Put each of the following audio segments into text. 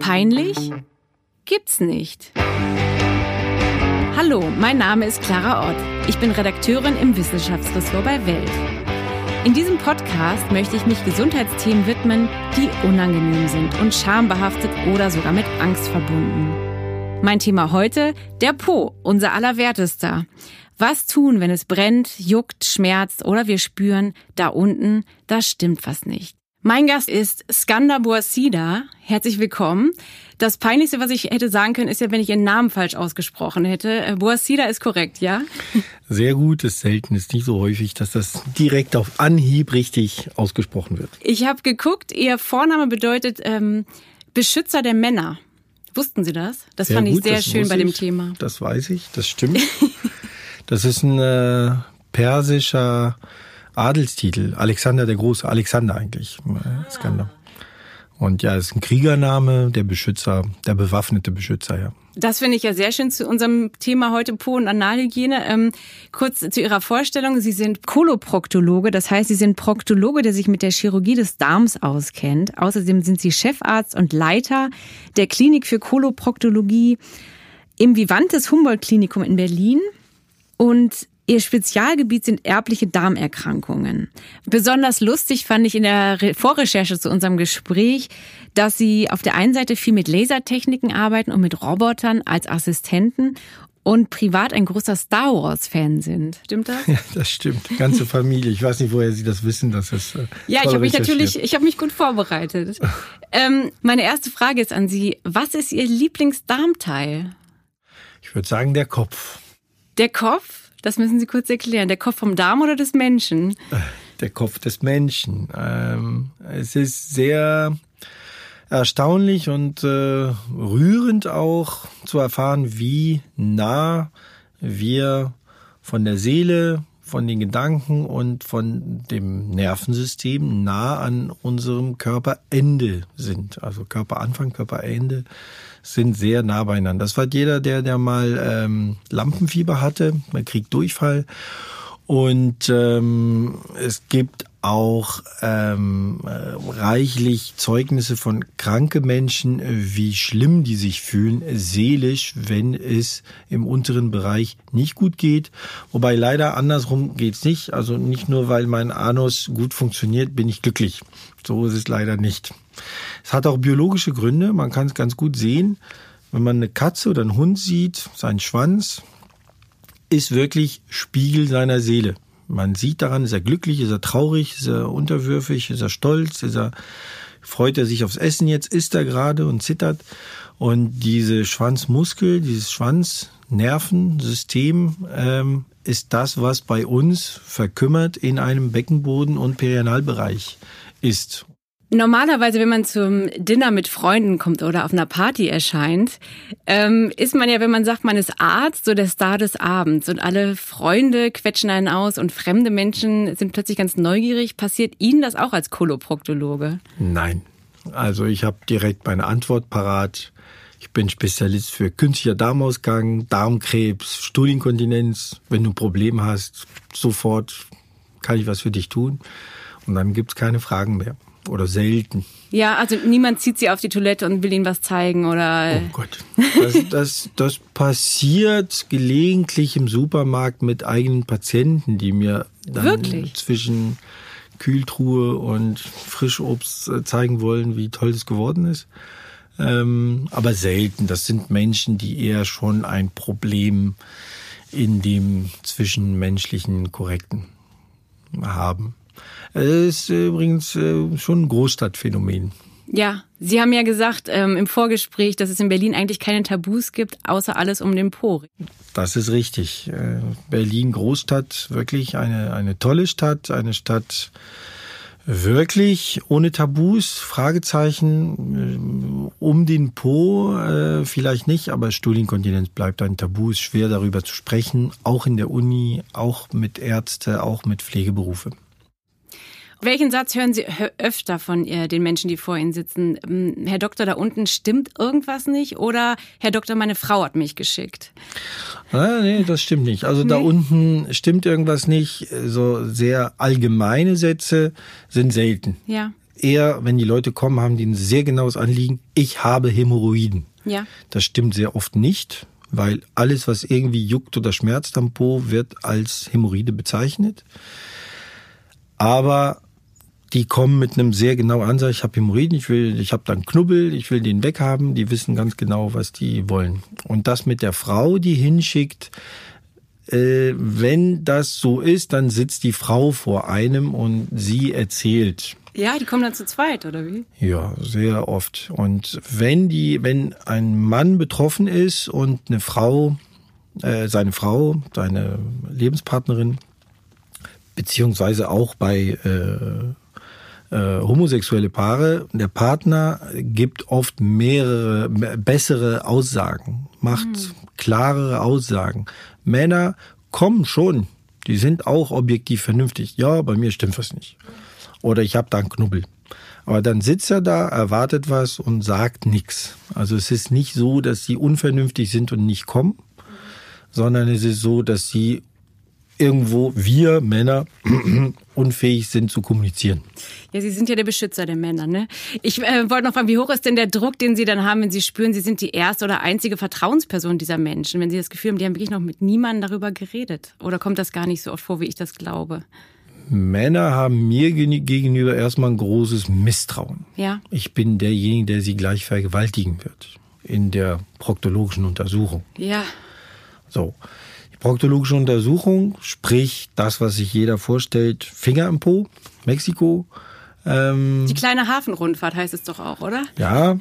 Peinlich? Gibt's nicht. Hallo, mein Name ist Clara Ott. Ich bin Redakteurin im Wissenschaftsressort bei Welt. In diesem Podcast möchte ich mich Gesundheitsthemen widmen, die unangenehm sind und schambehaftet oder sogar mit Angst verbunden. Mein Thema heute, der Po, unser Allerwertester. Was tun, wenn es brennt, juckt, schmerzt oder wir spüren, da unten, da stimmt was nicht. Mein Gast ist Skanda Boacida. Herzlich willkommen. Das Peinlichste, was ich hätte sagen können, ist ja, wenn ich Ihren Namen falsch ausgesprochen hätte. Boacida ist korrekt, ja? Sehr gut, ist selten, ist nicht so häufig, dass das direkt auf Anhieb richtig ausgesprochen wird. Ich habe geguckt, Ihr Vorname bedeutet Beschützer der Männer. Wussten Sie das? Das fand ich sehr schön bei dem Thema. Das weiß ich, das stimmt. Das ist ein persischer Adelstitel, Alexander der Große, Alexander eigentlich, Skanda. Und ja, es ist ein Kriegername, der Beschützer, der bewaffnete Beschützer, ja. Das finde ich ja sehr schön zu unserem Thema heute Po- und Analhygiene. Kurz zu Ihrer Vorstellung. Sie sind Koloproktologe, das heißt, Sie sind Proktologe, der sich mit der Chirurgie des Darms auskennt. Außerdem sind Sie Chefarzt und Leiter der Klinik für Koloproktologie im Vivantes Humboldt-Klinikum in Berlin. Und Ihr Spezialgebiet sind erbliche Darmerkrankungen. Besonders lustig fand ich in der Vorrecherche zu unserem Gespräch, dass Sie auf der einen Seite viel mit Lasertechniken arbeiten und mit Robotern als Assistenten und privat ein großer Star Wars-Fan sind. Stimmt das? Ja, das stimmt. Die ganze Familie. Ich weiß nicht, woher Sie das wissen. Das ist ja, ich habe mich gut vorbereitet. Meine erste Frage ist an Sie. Was ist Ihr Lieblingsdarmteil? Ich würde sagen, der Kopf. Der Kopf? Das müssen Sie kurz erklären. Der Kopf vom Darm oder des Menschen? Der Kopf des Menschen. Es ist sehr erstaunlich und rührend auch zu erfahren, wie nah wir von der Seele, von den Gedanken und von dem Nervensystem nah an unserem Körperende sind. Also Körperanfang, Körperende sind sehr nah beieinander. Das weiß jeder, der mal Lampenfieber hatte, man kriegt Durchfall. Und es gibt auch reichlich Zeugnisse von kranken Menschen, wie schlimm die sich fühlen, seelisch, wenn es im unteren Bereich nicht gut geht. Wobei leider andersrum geht's nicht. Also nicht nur, weil mein Anus gut funktioniert, bin ich glücklich. So ist es leider nicht. Es hat auch biologische Gründe. Man kann es ganz gut sehen, wenn man eine Katze oder einen Hund sieht, sein Schwanz ist wirklich Spiegel seiner Seele. Man sieht daran, ist er glücklich, ist er traurig, ist er unterwürfig, ist er stolz, freut er sich aufs Essen jetzt, isst er gerade und zittert. Und diese Schwanzmuskel, dieses Schwanznervensystem ist das, was bei uns verkümmert in einem Beckenboden- und Perianalbereich ist. Normalerweise, wenn man zum Dinner mit Freunden kommt oder auf einer Party erscheint, ist man ja, wenn man sagt, man ist Arzt, so der Star des Abends. Und alle Freunde quetschen einen aus und fremde Menschen sind plötzlich ganz neugierig. Passiert Ihnen das auch als Koloproktologe? Nein. Also ich habe direkt meine Antwort parat. Ich bin Spezialist für künstlicher Darmausgang, Darmkrebs, Stuhlinkontinenz. Wenn du ein Problem hast, sofort kann ich was für dich tun. Und dann gibt's keine Fragen mehr. Oder selten. Ja, also niemand zieht Sie auf die Toilette und will Ihnen was zeigen, oder? Oh Gott. Das passiert gelegentlich im Supermarkt mit eigenen Patienten, die mir dann Wirklich? Zwischen Kühltruhe und Frischobst zeigen wollen, wie toll das geworden ist. Aber selten. Das sind Menschen, die eher schon ein Problem in dem zwischenmenschlichen Korrekten haben. Es ist übrigens schon ein Großstadtphänomen. Ja, Sie haben ja gesagt im Vorgespräch, dass es in Berlin eigentlich keine Tabus gibt, außer alles um den Po. Das ist richtig. Berlin Großstadt, wirklich eine tolle Stadt, eine Stadt wirklich ohne Tabus, Fragezeichen um den Po, vielleicht nicht, aber Stuhlinkontinenz bleibt ein Tabu, ist schwer darüber zu sprechen, auch in der Uni, auch mit Ärzte, auch mit Pflegeberufe. Welchen Satz hören Sie öfter von den Menschen, die vor Ihnen sitzen? Herr Doktor, da unten stimmt irgendwas nicht? Oder Herr Doktor, meine Frau hat mich geschickt? Nee, das stimmt nicht. Also da unten stimmt irgendwas nicht. So sehr allgemeine Sätze sind selten. Ja. eher, wenn die Leute kommen, haben die ein sehr genaues Anliegen. Ich habe Hämorrhoiden. Ja. Das stimmt sehr oft nicht, weil alles, was irgendwie juckt oder schmerzt am Po, wird als Hämorrhoide bezeichnet. Aber die kommen mit einem sehr genauen Ansatz. Ich habe Hämorrhoiden, ich habe da einen Knubbel, ich will den weghaben. Die wissen ganz genau, was die wollen. Und das mit der Frau, die hinschickt, wenn das so ist, dann sitzt die Frau vor einem und sie erzählt. Ja, die kommen dann zu zweit, oder wie? Ja, sehr oft. Und wenn ein Mann betroffen ist und eine Frau, seine Lebenspartnerin, beziehungsweise auch bei homosexuelle Paare, der Partner gibt oft bessere Aussagen, macht klarere Aussagen. Männer kommen schon, die sind auch objektiv vernünftig. Ja, bei mir stimmt was nicht. Oder ich habe da einen Knubbel. Aber dann sitzt er da, erwartet was und sagt nichts. Also es ist nicht so, dass sie unvernünftig sind und nicht kommen, sondern es ist so, dass sie irgendwo, wir Männer, unfähig sind zu kommunizieren. Ja, Sie sind ja der Beschützer der Männer, ne? Ich wollte noch fragen, wie hoch ist denn der Druck, den Sie dann haben, wenn Sie spüren, Sie sind die erste oder einzige Vertrauensperson dieser Menschen, wenn Sie das Gefühl haben, die haben wirklich noch mit niemandem darüber geredet? Oder kommt das gar nicht so oft vor, wie ich das glaube? Männer haben mir gegenüber erstmal ein großes Misstrauen. Ja. Ich bin derjenige, der sie gleich vergewaltigen wird in der proktologischen Untersuchung. Ja. So. Die proktologische Untersuchung, sprich das, was sich jeder vorstellt, Finger im Po, Mexiko. Die kleine Hafenrundfahrt heißt es doch auch, oder? Ja.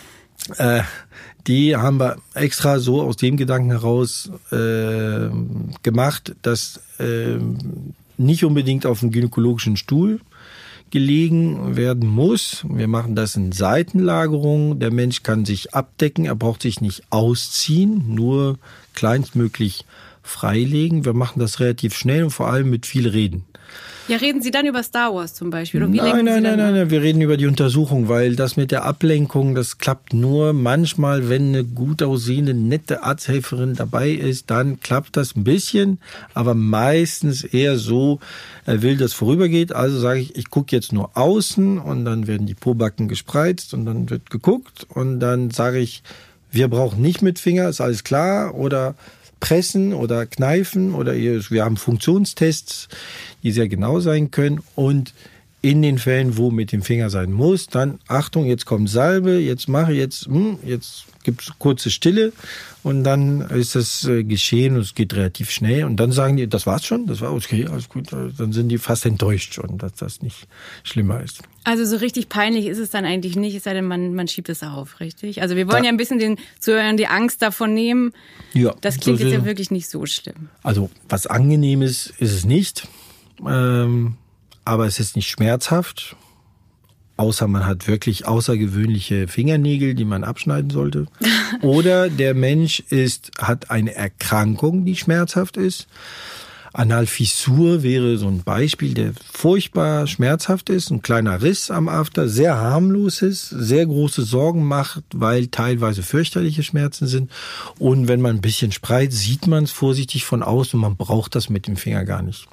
Die haben wir extra so aus dem Gedanken heraus gemacht, dass nicht unbedingt auf dem gynäkologischen Stuhl gelegen werden muss. Wir machen das in Seitenlagerung. Der Mensch kann sich abdecken, er braucht sich nicht ausziehen, nur kleinstmöglich freilegen. Wir machen das relativ schnell und vor allem mit viel Reden. Ja, reden Sie dann über Star Wars zum Beispiel? Oder wie Nein, wir reden über die Untersuchung, weil das mit der Ablenkung, das klappt nur manchmal, wenn eine gut aussehende, nette Arzthelferin dabei ist, dann klappt das ein bisschen, aber meistens eher so, er will, dass vorübergeht, also sage ich gucke jetzt nur außen und dann werden die Pobacken gespreizt und dann wird geguckt und dann sage ich, wir brauchen nicht mit Finger, ist alles klar, oder pressen oder kneifen oder wir haben Funktionstests, die sehr genau sein können und in den Fällen, wo mit dem Finger sein muss, dann Achtung, jetzt kommt Salbe, jetzt gibt es kurze Stille und dann ist das geschehen und es geht relativ schnell und dann sagen die, das war's schon, das war okay, alles gut, dann sind die fast enttäuscht schon, dass das nicht schlimmer ist. Also so richtig peinlich ist es dann eigentlich nicht, es sei denn, man schiebt es auf, richtig? Also wir wollen ja ein bisschen den Zuhörern die Angst davon nehmen. Ja, das klingt jetzt ja wirklich nicht so schlimm. Also was Angenehmes ist es nicht, aber es ist nicht schmerzhaft, außer man hat wirklich außergewöhnliche Fingernägel, die man abschneiden sollte. Oder der Mensch hat eine Erkrankung, die schmerzhaft ist. Analfissur wäre so ein Beispiel, der furchtbar schmerzhaft ist, ein kleiner Riss am After, sehr harmlos ist, sehr große Sorgen macht, weil teilweise fürchterliche Schmerzen sind. Und wenn man ein bisschen spreizt, sieht man es vorsichtig von außen und man braucht das mit dem Finger gar nicht.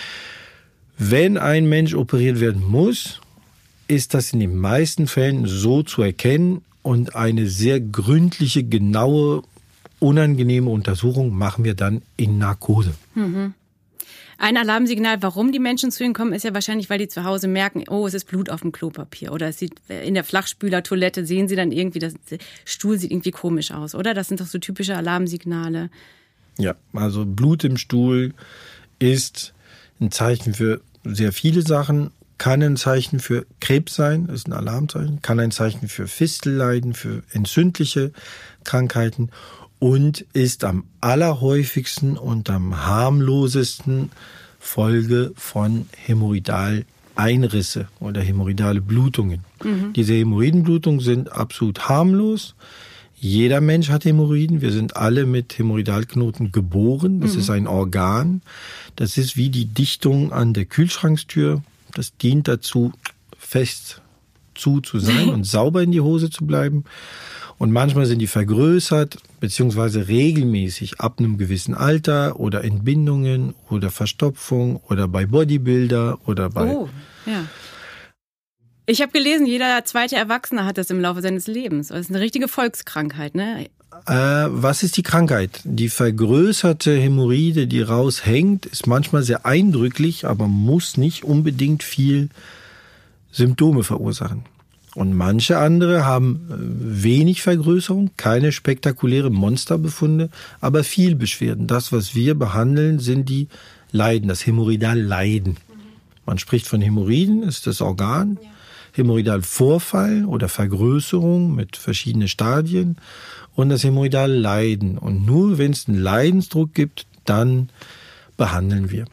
Wenn ein Mensch operiert werden muss, ist das in den meisten Fällen so zu erkennen und eine sehr gründliche, genaue, unangenehme Untersuchung machen wir dann in Narkose. Mhm. Ein Alarmsignal, warum die Menschen zu Ihnen kommen, ist ja wahrscheinlich, weil die zu Hause merken, oh, es ist Blut auf dem Klopapier. Oder es sieht in der Flachspülertoilette, sehen Sie dann irgendwie, der Stuhl sieht irgendwie komisch aus, oder? Das sind doch so typische Alarmsignale. Ja, also Blut im Stuhl ist ein Zeichen für sehr viele Sachen. Kann ein Zeichen für Krebs sein, ist ein Alarmzeichen. Kann ein Zeichen für Fistelleiden, für entzündliche Krankheiten. Und ist am allerhäufigsten und am harmlosesten Folge von Hämorrhoidaleinrisse oder hämorrhoidale Blutungen. Mhm. Diese Hämorrhoidenblutungen sind absolut harmlos. Jeder Mensch hat Hämorrhoiden. Wir sind alle mit Hämorrhoidalknoten geboren. Das ist ein Organ. Das ist wie die Dichtung an der Kühlschrankstür. Das dient dazu, fest zu sein und sauber in die Hose zu bleiben. Und manchmal sind die vergrößert, beziehungsweise regelmäßig ab einem gewissen Alter oder Entbindungen oder Verstopfung oder bei Bodybuilder oder bei... Oh, ja. Ich habe gelesen, jeder zweite Erwachsene hat das im Laufe seines Lebens. Das ist eine richtige Volkskrankheit, ne? Was ist die Krankheit? Die vergrößerte Hämorrhoide, die raushängt, ist manchmal sehr eindrücklich, aber muss nicht unbedingt viel Symptome verursachen. Und manche andere haben wenig Vergrößerung, keine spektakulären Monsterbefunde, aber viel Beschwerden. Das, was wir behandeln, sind die Leiden, das Hämorrhoidalleiden. Man spricht von Hämorrhoiden, ist das Organ. Ja. Hämorrhoidalvorfall oder Vergrößerung mit verschiedenen Stadien und das Hämorrhoidalleiden. Und nur wenn es einen Leidensdruck gibt, dann behandeln wir.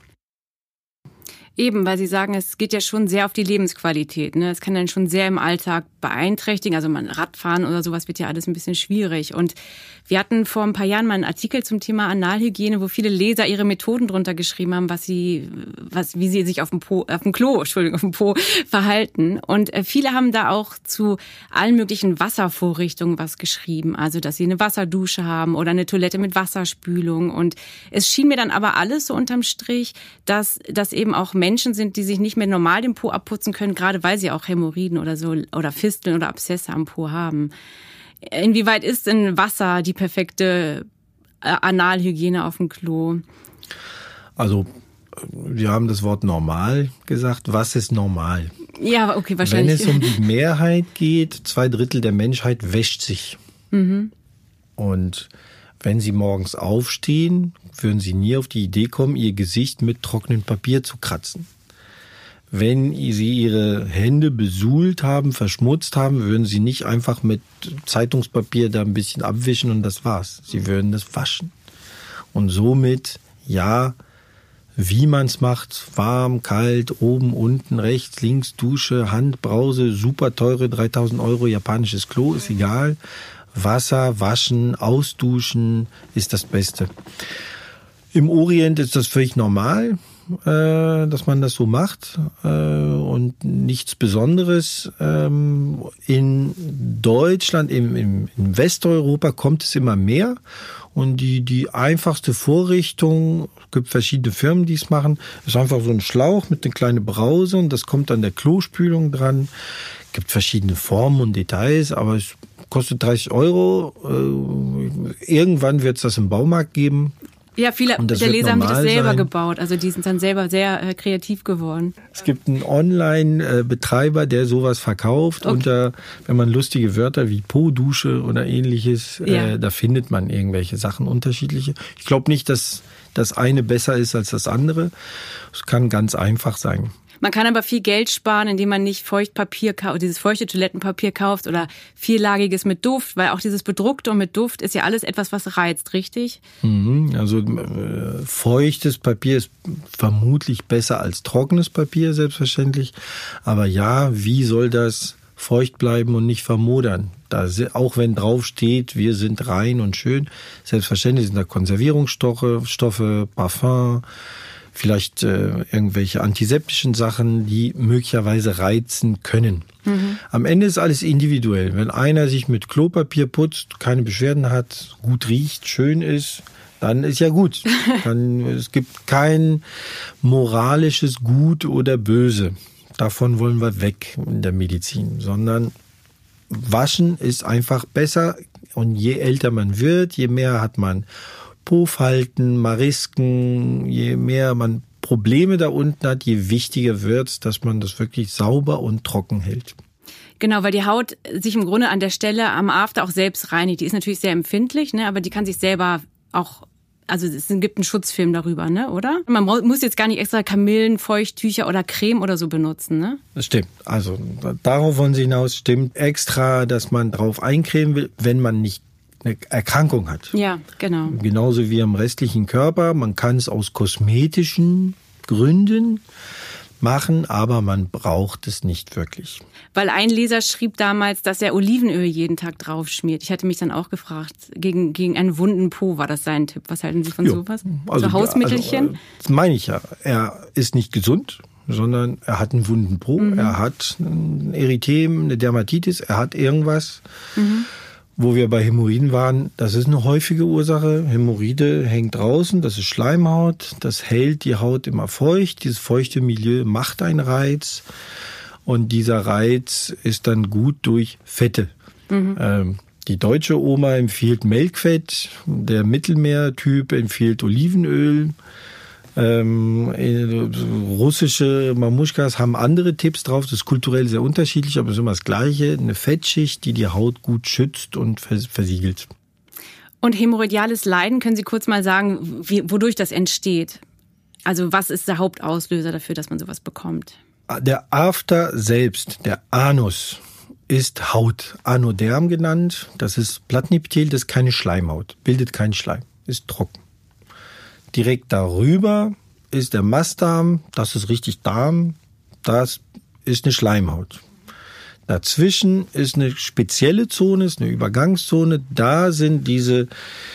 Eben, weil Sie sagen, es geht ja schon sehr auf die Lebensqualität, ne? Es kann dann schon sehr im Alltag beeinträchtigen. Also Radfahren oder sowas wird ja alles ein bisschen schwierig. Und wir hatten vor ein paar Jahren mal einen Artikel zum Thema Analhygiene, wo viele Leser ihre Methoden drunter geschrieben haben, wie sie sich auf dem Po verhalten. Und viele haben da auch zu allen möglichen Wasservorrichtungen was geschrieben. Also, dass sie eine Wasserdusche haben oder eine Toilette mit Wasserspülung. Und es schien mir dann aber alles so unterm Strich, dass eben auch Menschen sind, die sich nicht mehr normal den Po abputzen können, gerade weil sie auch Hämorrhoiden oder so oder Fisteln oder Abszesse am Po haben. Inwieweit ist denn Wasser die perfekte Analhygiene auf dem Klo? Also, wir haben das Wort normal gesagt. Was ist normal? Ja, okay, wahrscheinlich. Wenn es um die Mehrheit geht, 2/3 der Menschheit wäscht sich. Mhm. Und wenn Sie morgens aufstehen, würden Sie nie auf die Idee kommen, Ihr Gesicht mit trockenem Papier zu kratzen. Wenn Sie Ihre Hände besuhlt haben, verschmutzt haben, würden Sie nicht einfach mit Zeitungspapier da ein bisschen abwischen und das war's. Sie würden das waschen. Und somit, ja, wie man es macht, warm, kalt, oben, unten, rechts, links, Dusche, Handbrause, super teure 3.000 € japanisches Klo, ist egal. Wasser, waschen, ausduschen ist das Beste. Im Orient ist das völlig normal, dass man das so macht und nichts Besonderes. In Deutschland, in Westeuropa kommt es immer mehr und die einfachste Vorrichtung, es gibt verschiedene Firmen, die es machen, ist einfach so ein Schlauch mit einer kleinen Brause und das kommt an der Klospülung dran. Es gibt verschiedene Formen und Details, aber es kostet 30 €. Irgendwann wird es das im Baumarkt geben. Ja, viele der Leser haben sich das selber gebaut. Also die sind dann selber sehr kreativ geworden. Es gibt einen Online-Betreiber, der sowas verkauft. Okay. Wenn man lustige Wörter wie Po-Dusche oder ähnliches, da findet man irgendwelche Sachen unterschiedliche. Ich glaube nicht, dass das eine besser ist als das andere. Es kann ganz einfach sein. Man kann aber viel Geld sparen, indem man nicht Feuchtpapier kauft, dieses feuchte Toilettenpapier kauft oder vierlagiges mit Duft, weil auch dieses bedruckte und mit Duft ist ja alles etwas, was reizt, richtig? Also feuchtes Papier ist vermutlich besser als trockenes Papier, selbstverständlich. Aber ja, wie soll das feucht bleiben und nicht vermodern? Auch wenn drauf steht, wir sind rein und schön, selbstverständlich sind da Konservierungsstoffe, Parfum, vielleicht irgendwelche antiseptischen Sachen, die möglicherweise reizen können. Mhm. Am Ende ist alles individuell. Wenn einer sich mit Klopapier putzt, keine Beschwerden hat, gut riecht, schön ist, dann ist ja gut. Es gibt kein moralisches Gut oder Böse. Davon wollen wir weg in der Medizin, sondern waschen ist einfach besser. Und je älter man wird, je mehr hat man Po-Falten, Marisken, je mehr man Probleme da unten hat, je wichtiger wird es, dass man das wirklich sauber und trocken hält. Genau, weil die Haut sich im Grunde an der Stelle am After auch selbst reinigt. Die ist natürlich sehr empfindlich, ne, aber die kann sich selber auch, also es gibt einen Schutzfilm darüber, ne, oder? Man muss jetzt gar nicht extra Kamillen, Feuchttücher oder Creme oder so benutzen, ne? Das stimmt. Also darauf wollen Sie hinaus, stimmt extra, dass man drauf eincremen will, wenn man nicht eine Erkrankung hat. Ja, genau. Genauso wie am restlichen Körper. Man kann es aus kosmetischen Gründen machen, aber man braucht es nicht wirklich. Weil ein Leser schrieb damals, dass er Olivenöl jeden Tag drauf schmiert. Ich hatte mich dann auch gefragt, gegen einen wunden Po war das sein Tipp. Was halten Sie von sowas? So Hausmittelchen? Das meine ich ja. Er ist nicht gesund, sondern er hat einen wunden Po. Mhm. Er hat ein Erythem, eine Dermatitis, er hat irgendwas. Mhm. Wo wir bei Hämorrhoiden waren, das ist eine häufige Ursache. Hämorrhoide hängt draußen, das ist Schleimhaut, das hält die Haut immer feucht. Dieses feuchte Milieu macht einen Reiz Und dieser Reiz ist dann gut durch Fette. Die deutsche Oma empfiehlt Melkfett, der Mittelmeertyp empfiehlt Olivenöl. Russische Mamuschkas haben andere Tipps drauf. Das ist kulturell sehr unterschiedlich, aber es ist immer das Gleiche. Eine Fettschicht, die die Haut gut schützt und versiegelt. Und hämorrhoidales Leiden, können Sie kurz mal sagen, wodurch das entsteht? Also was ist der Hauptauslöser dafür, dass man sowas bekommt? Der After selbst, der Anus, ist Haut, Anoderm genannt. Das ist Plattenepithel, das ist keine Schleimhaut, bildet keinen Schleim, ist trocken. Direkt darüber ist der Mastdarm, das ist richtig Darm, das ist eine Schleimhaut. Dazwischen ist eine spezielle Zone, ist eine Übergangszone, da sind diese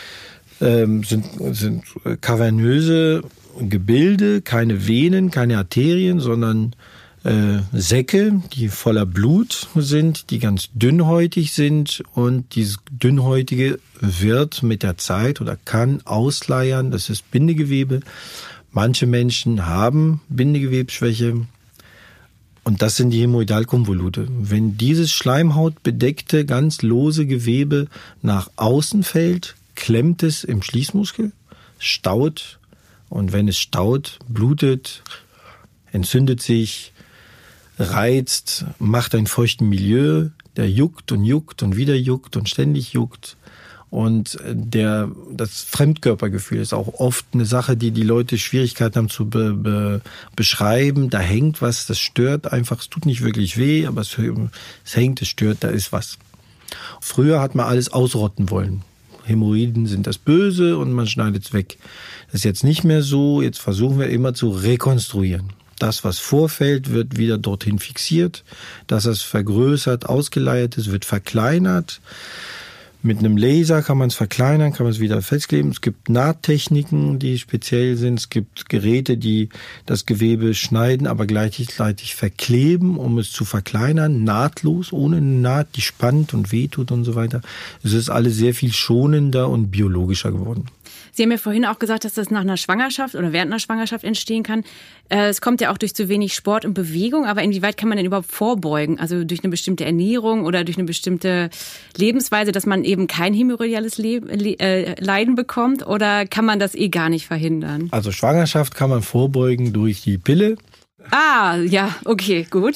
sind kavernöse Gebilde, keine Venen, keine Arterien, sondern Säcke, die voller Blut sind, die ganz dünnhäutig sind, und dieses Dünnhäutige wird mit der Zeit oder kann ausleiern, das ist Bindegewebe. Manche Menschen haben Bindegewebsschwäche und das sind die Hämorrhoidalkonvolute. Wenn dieses schleimhautbedeckte, ganz lose Gewebe nach außen fällt, klemmt es im Schließmuskel, staut, und wenn es staut, blutet, entzündet sich, reizt, macht ein feuchten Milieu, der juckt und wieder juckt und ständig juckt. Und das Fremdkörpergefühl ist auch oft eine Sache, die die Leute Schwierigkeiten haben zu beschreiben. Da hängt was, das stört einfach, es tut nicht wirklich weh, aber es hängt, es stört, da ist was. Früher hat man alles ausrotten wollen. Hämorrhoiden sind das Böse und man schneidet es weg. Das ist jetzt nicht mehr so, jetzt versuchen wir immer zu rekonstruieren. Das, was vorfällt, wird wieder dorthin fixiert. Das, was vergrößert, ausgeleiert ist, wird verkleinert. Mit einem Laser kann man es verkleinern, kann man es wieder festkleben. Es gibt Nahttechniken, die speziell sind. Es gibt Geräte, die das Gewebe schneiden, aber gleichzeitig verkleben, um es zu verkleinern. Nahtlos, ohne eine Naht, die spannt und wehtut und so weiter. Es ist alles sehr viel schonender und biologischer geworden. Sie haben ja vorhin auch gesagt, dass das nach einer Schwangerschaft oder während einer Schwangerschaft entstehen kann. Es kommt ja auch durch zu wenig Sport und Bewegung, aber inwieweit kann man denn überhaupt vorbeugen? Also durch eine bestimmte Ernährung oder durch eine bestimmte Lebensweise, dass man eben kein hämorrhoidales Leiden bekommt, oder kann man das gar nicht verhindern? Also Schwangerschaft kann man vorbeugen durch die Pille. Ah, ja, okay, gut.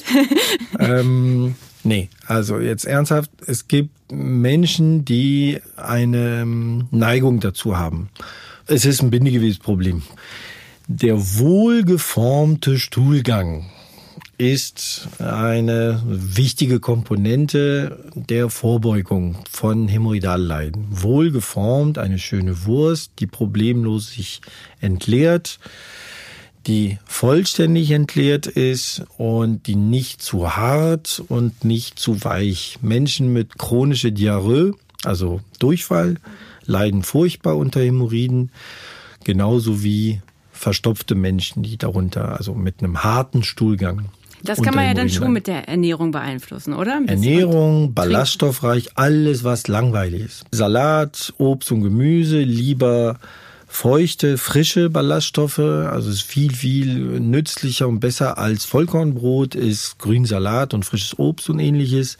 Nee, also jetzt ernsthaft, es gibt Menschen, die eine Neigung dazu haben. Es ist ein Bindegewebsproblem. Der wohlgeformte Stuhlgang ist eine wichtige Komponente der Vorbeugung von Hämorrhoidalleiden. Wohlgeformt, eine schöne Wurst, die problemlos sich entleert, die vollständig entleert ist und die nicht zu hart und nicht zu weich. Menschen mit chronischer Diarrhoe, also Durchfall, leiden furchtbar unter Hämorrhoiden, genauso wie verstopfte Menschen, die darunter, also mit einem harten Stuhlgang. Das kann man ja dann schon mit der Ernährung beeinflussen, oder? Ernährung, ballaststoffreich, alles, was langweilig ist. Salat, Obst und Gemüse, lieber feuchte, frische Ballaststoffe, also ist viel, viel nützlicher und besser als Vollkornbrot, ist Grünsalat und frisches Obst und ähnliches.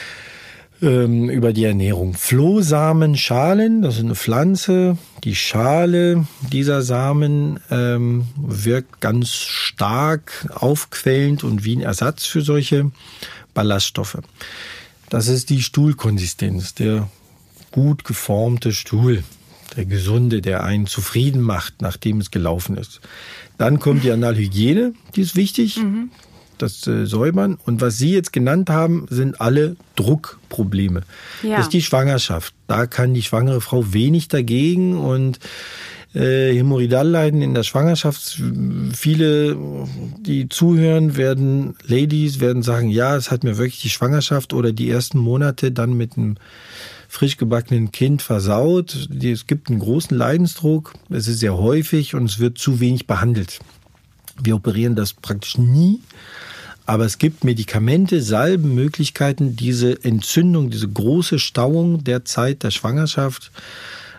Über die Ernährung. Flohsamenschalen, das ist eine Pflanze. Die Schale dieser Samen wirkt ganz stark aufquellend und wie ein Ersatz für solche Ballaststoffe. Das ist die Stuhlkonsistenz, der gut geformte Stuhl. Der gesunde, der einen zufrieden macht, nachdem es gelaufen ist. Dann kommt die Analhygiene, die ist wichtig, das Säubern. Und was Sie jetzt genannt haben, sind alle Druckprobleme. Ja. Das ist die Schwangerschaft. Da kann die schwangere Frau wenig dagegen. Und Hämorrhoidalleiden in der Schwangerschaft, viele, die zuhören, Ladies werden sagen, ja, es hat mir wirklich die Schwangerschaft oder die ersten Monate dann mit einem frisch gebackenen Kind versaut. Es gibt einen großen Leidensdruck, es ist sehr häufig und es wird zu wenig behandelt. Wir operieren das praktisch nie, aber es gibt Medikamente, Salben, Möglichkeiten, diese Entzündung, diese große Stauung der Zeit der Schwangerschaft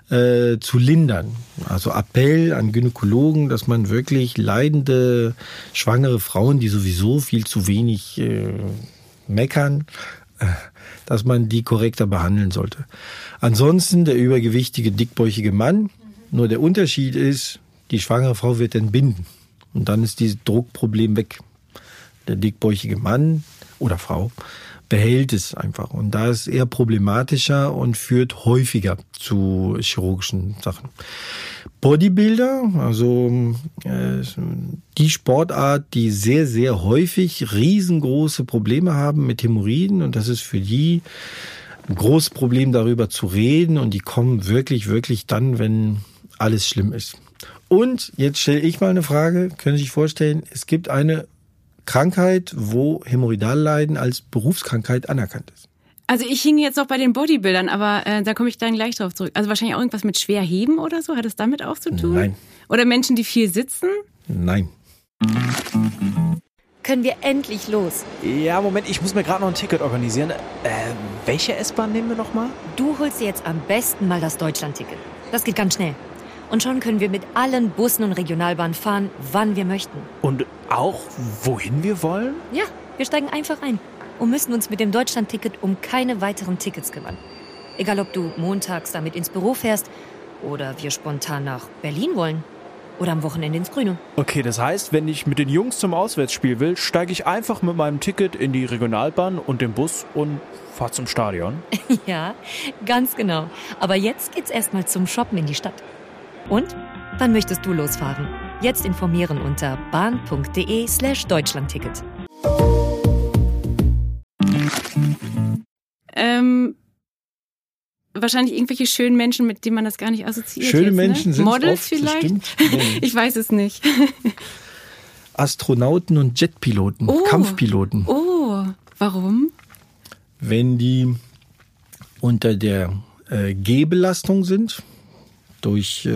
zu lindern. Also Appell an Gynäkologen, dass man wirklich leidende, schwangere Frauen, die sowieso viel zu wenig meckern, dass man die korrekter behandeln sollte. Ansonsten der übergewichtige, dickbäuchige Mann. Nur der Unterschied ist, die schwangere Frau wird entbinden. Und dann ist dieses Druckproblem weg. Der dickbäuchige Mann oder Frau behält es einfach. Und da ist es eher problematischer und führt häufiger zu chirurgischen Sachen. Bodybuilder, also die Sportart, die sehr, sehr häufig riesengroße Probleme haben mit Hämorrhoiden. Und das ist für die ein großes Problem, darüber zu reden. Und die kommen wirklich, wirklich dann, wenn alles schlimm ist. Und jetzt stelle ich mal eine Frage. Können Sie sich vorstellen, es gibt eine Krankheit, wo Hämorrhoidalleiden als Berufskrankheit anerkannt ist. Also ich hing jetzt noch bei den Bodybuildern, aber da komme ich dann gleich drauf zurück. Also wahrscheinlich auch irgendwas mit schwer heben oder so? Hat es damit auch zu tun? Nein. Oder Menschen, die viel sitzen? Nein. Können wir endlich los? Ja, Moment, ich muss mir gerade noch ein Ticket organisieren. Welche S-Bahn nehmen wir nochmal? Du holst dir jetzt am besten mal das Deutschland-Ticket. Das geht ganz schnell. Und schon können wir mit allen Bussen und Regionalbahnen fahren, wann wir möchten. Und auch, wohin wir wollen? Ja, wir steigen einfach ein und müssen uns mit dem Deutschland-Ticket um keine weiteren Tickets kümmern. Egal, ob du montags damit ins Büro fährst oder wir spontan nach Berlin wollen oder am Wochenende ins Grüne. Okay, das heißt, wenn ich mit den Jungs zum Auswärtsspiel will, steige ich einfach mit meinem Ticket in die Regionalbahn und den Bus und fahre zum Stadion. Ja, ganz genau. Aber jetzt geht's erstmal zum Shoppen in die Stadt. Und? Wann möchtest du losfahren? Jetzt informieren unter bahn.de/Deutschlandticket. Wahrscheinlich irgendwelche schönen Menschen, mit denen man das gar nicht assoziiert. Schöne jetzt, Menschen sind Models oft, vielleicht? Nee. Ich weiß es nicht. Astronauten und Jetpiloten, Kampfpiloten. Oh, warum? Wenn die unter der G-Belastung sind, durch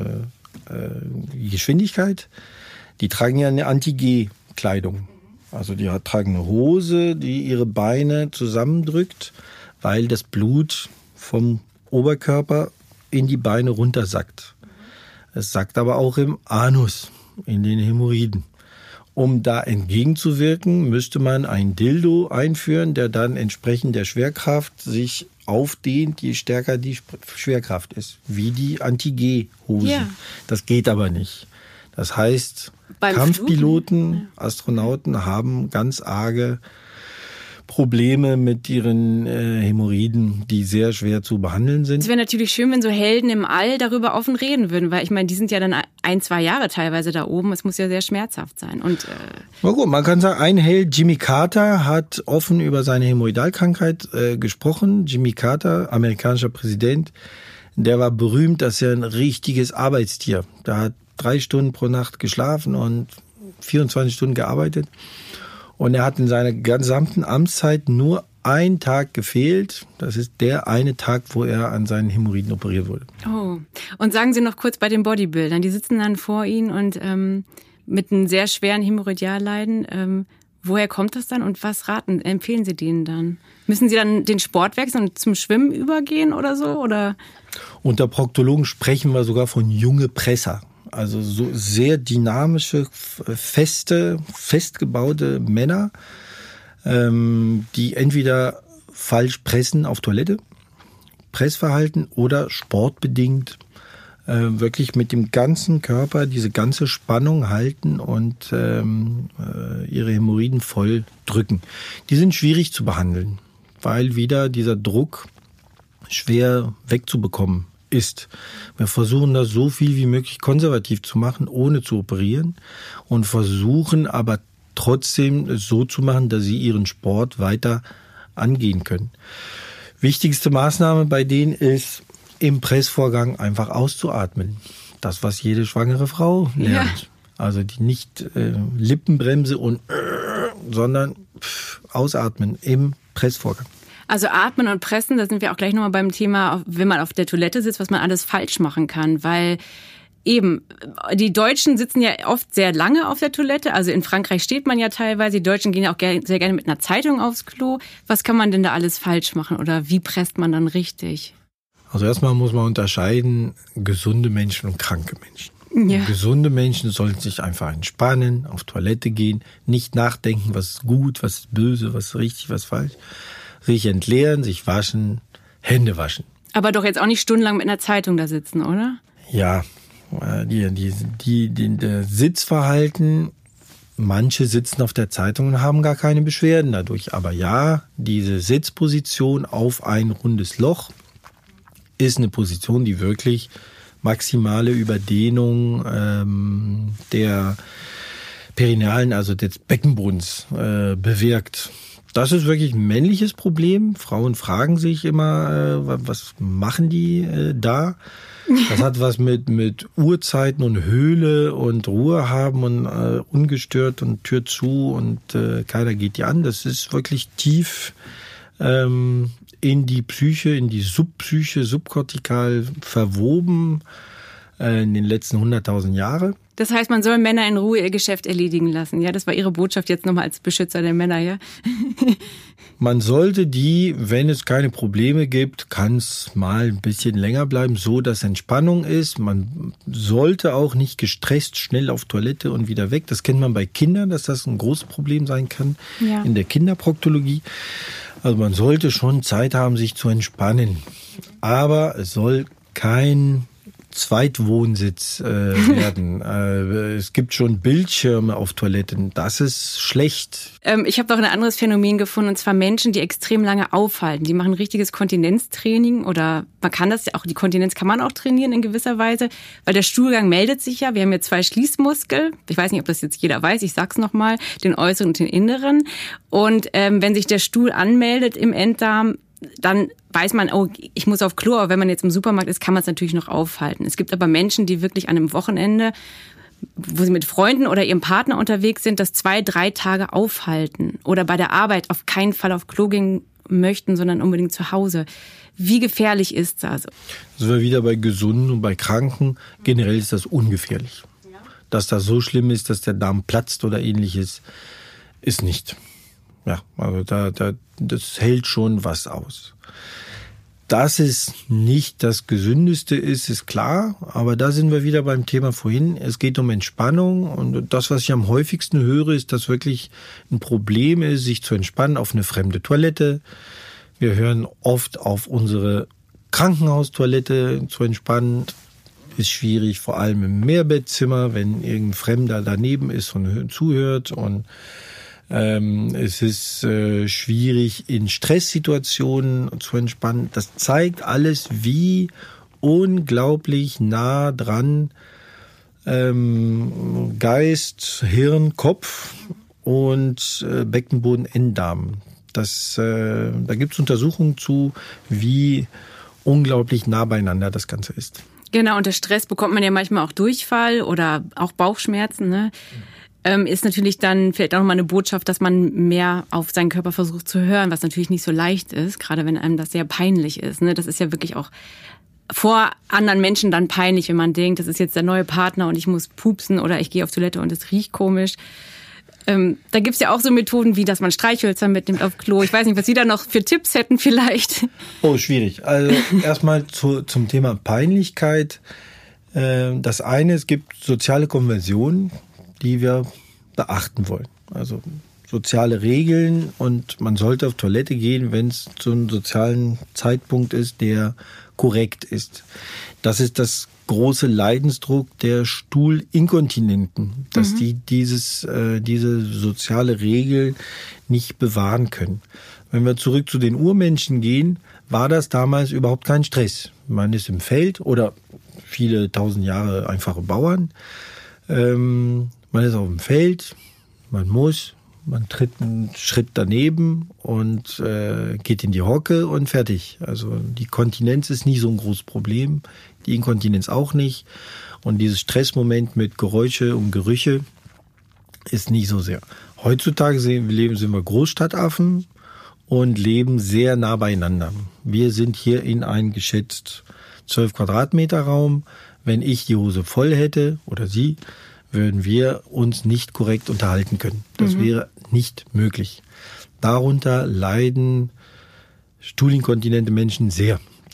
Geschwindigkeit, die tragen ja eine Anti-G-Kleidung. Also die tragen eine Hose, die ihre Beine zusammendrückt, weil das Blut vom Oberkörper in die Beine runtersackt. Es sackt aber auch im Anus, in den Hämorrhoiden. Um da entgegenzuwirken, müsste man ein Dildo einführen, der dann entsprechend der Schwerkraft sich aufdehnt, je stärker die Schwerkraft ist, wie die Anti-G-Hosen. Ja. Das geht aber nicht. Das heißt, Beim Kampfpiloten, Astronauten haben ganz arge Probleme mit ihren Hämorrhoiden, die sehr schwer zu behandeln sind. Es wäre natürlich schön, wenn so Helden im All darüber offen reden würden, weil ich meine, die sind ja dann 1-2 Jahre teilweise da oben. Es muss ja sehr schmerzhaft sein. Und na gut, man kann sagen, ein Held, Jimmy Carter, hat offen über seine Hämorrhoidalkrankheit gesprochen. Jimmy Carter, amerikanischer Präsident, der war berühmt, dass er ein richtiges Arbeitstier. Der hat 3 Stunden pro Nacht geschlafen und 24 Stunden gearbeitet. Und er hat in seiner gesamten Amtszeit nur einen Tag gefehlt. Das ist der eine Tag, wo er an seinen Hämorrhoiden operiert wurde. oh, und sagen Sie noch kurz bei den Bodybuildern, die sitzen dann vor Ihnen und mit einem sehr schweren Hämorrhoidialleiden. Woher kommt das dann und was empfehlen Sie denen dann? Müssen Sie dann den Sport wechseln und zum Schwimmen übergehen oder so? Oder? Unter Proktologen sprechen wir sogar von junge Presser. Also so sehr dynamische, festgebaute Männer, die entweder falsch pressen auf Toilette, Pressverhalten oder sportbedingt wirklich mit dem ganzen Körper diese ganze Spannung halten und ihre Hämorrhoiden voll drücken. Die sind schwierig zu behandeln, weil wieder dieser Druck schwer wegzubekommen ist. Wir versuchen das so viel wie möglich konservativ zu machen, ohne zu operieren und versuchen aber trotzdem es so zu machen, dass sie ihren Sport weiter angehen können. Wichtigste Maßnahme bei denen ist, im Pressvorgang einfach auszuatmen. Das, was jede schwangere Frau lernt. Ja. Also die nicht Lippenbremse und sondern ausatmen im Pressvorgang. Also atmen und pressen, da sind wir auch gleich nochmal beim Thema, wenn man auf der Toilette sitzt, was man alles falsch machen kann, weil eben, die Deutschen sitzen ja oft sehr lange auf der Toilette, also in Frankreich steht man ja teilweise, die Deutschen gehen ja auch sehr gerne mit einer Zeitung aufs Klo. Was kann man denn da alles falsch machen oder wie presst man dann richtig? Also erstmal muss man unterscheiden, gesunde Menschen und kranke Menschen. Ja. Gesunde Menschen sollten sich einfach entspannen, auf Toilette gehen, nicht nachdenken, was ist gut, was ist böse, was ist richtig, was ist falsch. Sich entleeren, sich waschen, Hände waschen. Aber doch jetzt auch nicht stundenlang mit einer Zeitung da sitzen, oder? Ja, der Sitzverhalten, manche sitzen auf der Zeitung und haben gar keine Beschwerden dadurch. Aber ja, diese Sitzposition auf ein rundes Loch ist eine Position, die wirklich maximale Überdehnung der Perinealen, also des Beckenbodens, bewirkt. Das ist wirklich ein männliches Problem. Frauen fragen sich immer, was machen die da? Das hat was mit Uhrzeiten und Höhle und Ruhe haben und ungestört und Tür zu und keiner geht die an. Das ist wirklich tief in die Psyche, in die Subpsyche, subkortikal verwoben in den letzten 100.000 Jahre. Das heißt, man soll Männer in Ruhe ihr Geschäft erledigen lassen. Ja, das war Ihre Botschaft jetzt nochmal als Beschützer der Männer, ja? Man sollte die, wenn es keine Probleme gibt, kann es mal ein bisschen länger bleiben, so dass Entspannung ist. Man sollte auch nicht gestresst schnell auf Toilette und wieder weg. Das kennt man bei Kindern, dass das ein großes Problem sein kann in der Kinderproktologie. Also man sollte schon Zeit haben, sich zu entspannen. Aber es soll kein Zweitwohnsitz werden. Es gibt schon Bildschirme auf Toiletten. Das ist schlecht. Ich habe noch ein anderes Phänomen gefunden, und zwar Menschen, die extrem lange aufhalten. Die machen richtiges Kontinenztraining, oder man kann das ja auch, die Kontinenz kann man auch trainieren in gewisser Weise, weil der Stuhlgang meldet sich ja. Wir haben ja 2 Schließmuskel. Ich weiß nicht, ob das jetzt jeder weiß. Ich sag's nochmal, den äußeren und den inneren. Und wenn sich der Stuhl anmeldet im Enddarm, dann weiß man, oh, ich muss auf Klo, aber wenn man jetzt im Supermarkt ist, kann man es natürlich noch aufhalten. Es gibt aber Menschen, die wirklich an einem Wochenende, wo sie mit Freunden oder ihrem Partner unterwegs sind, das 2-3 Tage aufhalten oder bei der Arbeit auf keinen Fall auf Klo gehen möchten, sondern unbedingt zu Hause. Wie gefährlich ist das? Das wir wieder bei Gesunden und bei Kranken. Generell ist das ungefährlich. Ja. Dass das so schlimm ist, dass der Darm platzt oder ähnliches, ist nicht. Ja, also das hält schon was aus. Dass es nicht das Gesündeste ist klar, aber da sind wir wieder beim Thema vorhin. Es geht um Entspannung, und das, was ich am häufigsten höre, ist, dass wirklich ein Problem ist, sich zu entspannen auf eine fremde Toilette. Wir hören oft auf unsere Krankenhaustoilette zu entspannen. Ist schwierig, vor allem im Mehrbettzimmer, wenn irgendein Fremder daneben ist und zuhört, und es ist schwierig, in Stresssituationen zu entspannen. Das zeigt alles, wie unglaublich nah dran Geist, Hirn, Kopf und Beckenboden, Enddarm. Da gibt es Untersuchungen zu, wie unglaublich nah beieinander das Ganze ist. Genau, unter Stress bekommt man ja manchmal auch Durchfall oder auch Bauchschmerzen, ne? Ist natürlich dann vielleicht auch nochmal eine Botschaft, dass man mehr auf seinen Körper versucht zu hören, was natürlich nicht so leicht ist, gerade wenn einem das sehr peinlich ist. Ne? Das ist ja wirklich auch vor anderen Menschen dann peinlich, wenn man denkt, das ist jetzt der neue Partner und ich muss pupsen oder ich gehe auf Toilette und es riecht komisch. Da gibt's ja auch so Methoden, wie dass man Streichhölzer mitnimmt auf Klo. Ich weiß nicht, was Sie da noch für Tipps hätten vielleicht. Oh, schwierig. Also erstmal zum Thema Peinlichkeit. Das eine, es gibt soziale Konventionen, die wir beachten wollen. Also soziale Regeln, und man sollte auf Toilette gehen, wenn es zu einem sozialen Zeitpunkt ist, der korrekt ist. Das ist das große Leidensdruck der Stuhlinkontinenten, dass die diese soziale Regel nicht bewahren können. Wenn wir zurück zu den Urmenschen gehen, war das damals überhaupt kein Stress. Man ist im Feld oder viele tausend Jahre einfache Bauern. Man ist auf dem Feld, man tritt einen Schritt daneben und geht in die Hocke und fertig. Also die Kontinenz ist nicht so ein großes Problem, die Inkontinenz auch nicht. Und dieses Stressmoment mit Geräusche und Gerüche ist nicht so sehr. Heutzutage sind wir Großstadtaffen und leben sehr nah beieinander. Wir sind hier in einem geschätzt 12 Quadratmeter Raum. Wenn ich die Hose voll hätte oder Sie, würden wir uns nicht korrekt unterhalten können. Das wäre nicht möglich. Darunter leiden stuhlinkontinente Menschen sehr.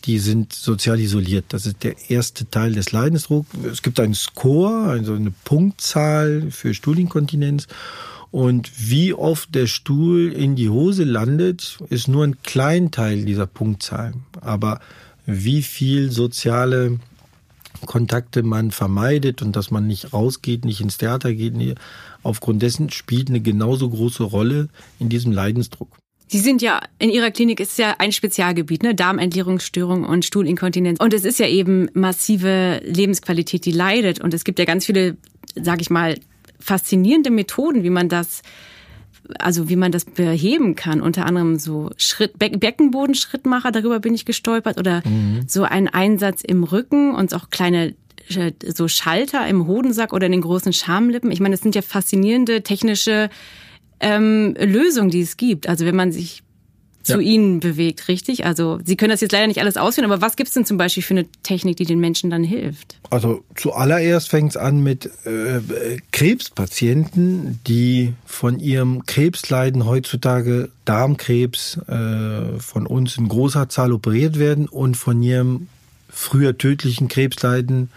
die sind sozial isoliert. Das ist der erste Teil des Leidensdrucks. Es gibt einen Score, also eine Punktzahl für Stuhlinkontinenz. Und wie oft der Stuhl in die Hose landet, ist nur ein kleiner Teil dieser Punktzahl. Aber wie viel soziale Kontakte man vermeidet und dass man nicht rausgeht, nicht ins Theater geht, aufgrund dessen spielt eine genauso große Rolle in diesem Leidensdruck. Sie sind ja, in Ihrer Klinik ist ja ein Spezialgebiet, ne? Darmentleerungsstörung und Stuhlinkontinenz. Und es ist ja eben massive Lebensqualität, die leidet. Und es gibt ja ganz viele, sag ich mal, faszinierende Methoden, wie man das beheben kann. Unter anderem so Beckenbodenschrittmacher, darüber bin ich gestolpert. Oder so ein Einsatz im Rücken und auch kleine so Schalter im Hodensack oder in den großen Schamlippen. Ich meine, das sind ja faszinierende technische Lösungen, die es gibt. Also wenn man sich zu ihnen bewegt, richtig? Also Sie können das jetzt leider nicht alles ausführen, aber was gibt es denn zum Beispiel für eine Technik, die den Menschen dann hilft? Also zuallererst fängt es an mit Krebspatienten, die von ihrem Krebsleiden heutzutage Darmkrebs von uns in großer Zahl operiert werden und von ihrem früher tödlichen Krebsleiden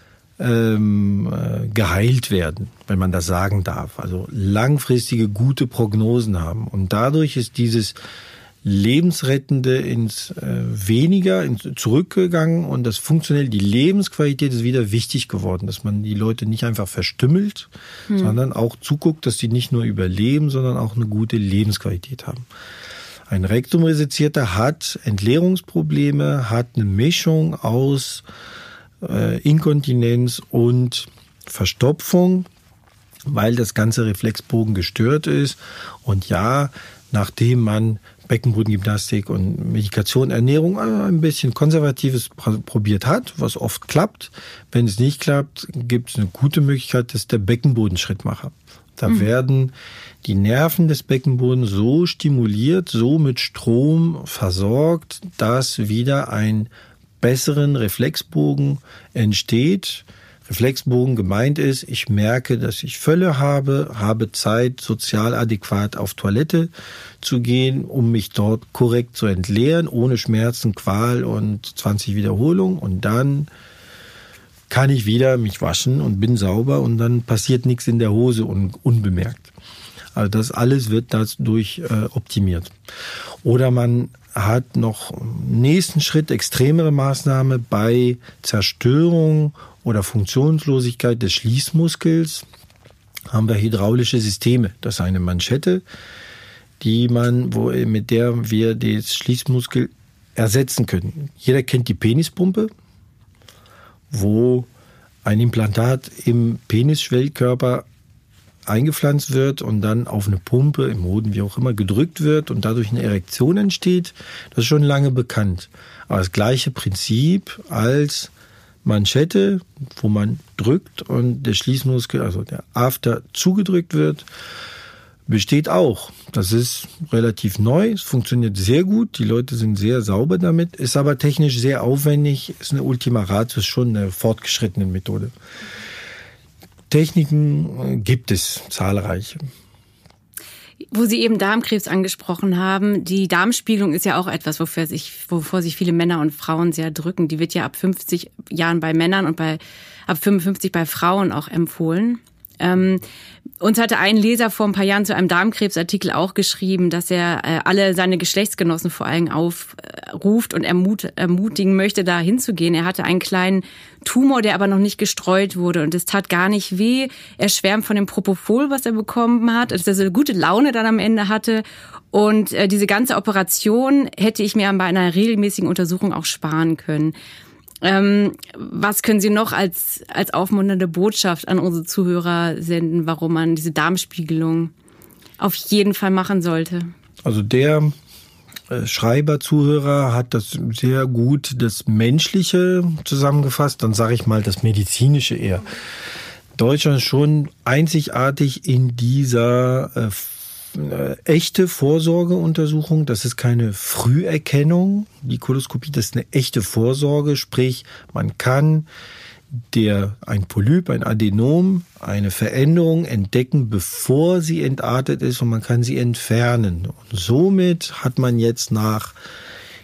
geheilt werden, wenn man das sagen darf. Also langfristige gute Prognosen haben. Und dadurch ist dieses Lebensrettende ins weniger zurückgegangen und das funktionell, die Lebensqualität ist wieder wichtig geworden, dass man die Leute nicht einfach verstümmelt, sondern auch zuguckt, dass sie nicht nur überleben, sondern auch eine gute Lebensqualität haben. Ein Rektumresezierter hat Entleerungsprobleme, hat eine Mischung aus Inkontinenz und Verstopfung, weil das ganze Reflexbogen gestört ist. Und ja, nachdem man Beckenbodengymnastik und Medikation, Ernährung ein bisschen Konservatives probiert hat, was oft klappt. Wenn es nicht klappt, gibt es eine gute Möglichkeit, das ist der Beckenbodenschrittmacher. Da werden die Nerven des Beckenbodens so stimuliert, so mit Strom versorgt, dass wieder ein besseren Reflexbogen entsteht. Reflexbogen gemeint ist, ich merke, dass ich Völle habe Zeit, sozial adäquat auf Toilette zu gehen, um mich dort korrekt zu entleeren, ohne Schmerzen, Qual und 20 Wiederholungen. Und dann kann ich wieder mich waschen und bin sauber und dann passiert nichts in der Hose unbemerkt. Also das alles wird dadurch optimiert. Oder man hat noch nächsten Schritt, extremere Maßnahme bei Zerstörung oder Funktionslosigkeit des Schließmuskels haben wir hydraulische Systeme. Das ist eine Manschette, mit der wir den Schließmuskel ersetzen können. Jeder kennt die Penispumpe, wo ein Implantat im Penisschwellkörper eingepflanzt wird und dann auf eine Pumpe im Hoden, wie auch immer, gedrückt wird und dadurch eine Erektion entsteht. Das ist schon lange bekannt. Aber das gleiche Prinzip als Manschette, wo man drückt und der Schließmuskel, also der After, zugedrückt wird, besteht auch. Das ist relativ neu, es funktioniert sehr gut, die Leute sind sehr sauber damit, ist aber technisch sehr aufwendig, ist eine Ultima Ratio, ist schon eine fortgeschrittene Methode. Techniken gibt es zahlreiche. Wo Sie eben Darmkrebs angesprochen haben, die Darmspiegelung ist ja auch etwas, wovor sich viele Männer und Frauen sehr drücken. Die wird ja ab 50 Jahren bei Männern und ab 55 bei Frauen auch empfohlen. Uns hatte ein Leser vor ein paar Jahren zu einem Darmkrebsartikel auch geschrieben, dass er alle seine Geschlechtsgenossen vor allem aufruft und ermutigen möchte, da hinzugehen. Er hatte einen kleinen Tumor, der aber noch nicht gestreut wurde und es tat gar nicht weh. Er schwärmt von dem Propofol, was er bekommen hat, dass er so eine gute Laune dann am Ende hatte. Und diese ganze Operation hätte ich mir bei einer regelmäßigen Untersuchung auch sparen können. Was können Sie noch als aufmunternde Botschaft an unsere Zuhörer senden, warum man diese Darmspiegelung auf jeden Fall machen sollte? Also der Schreiber-Zuhörer hat das sehr gut, das Menschliche zusammengefasst, dann sage ich mal das Medizinische eher. Deutschland ist schon einzigartig in dieser echte Vorsorgeuntersuchung, das ist keine Früherkennung. Die Koloskopie, das ist eine echte Vorsorge, sprich, man kann ein Polyp, ein Adenom, eine Veränderung entdecken, bevor sie entartet ist und man kann sie entfernen. Und somit hat man jetzt nach, ich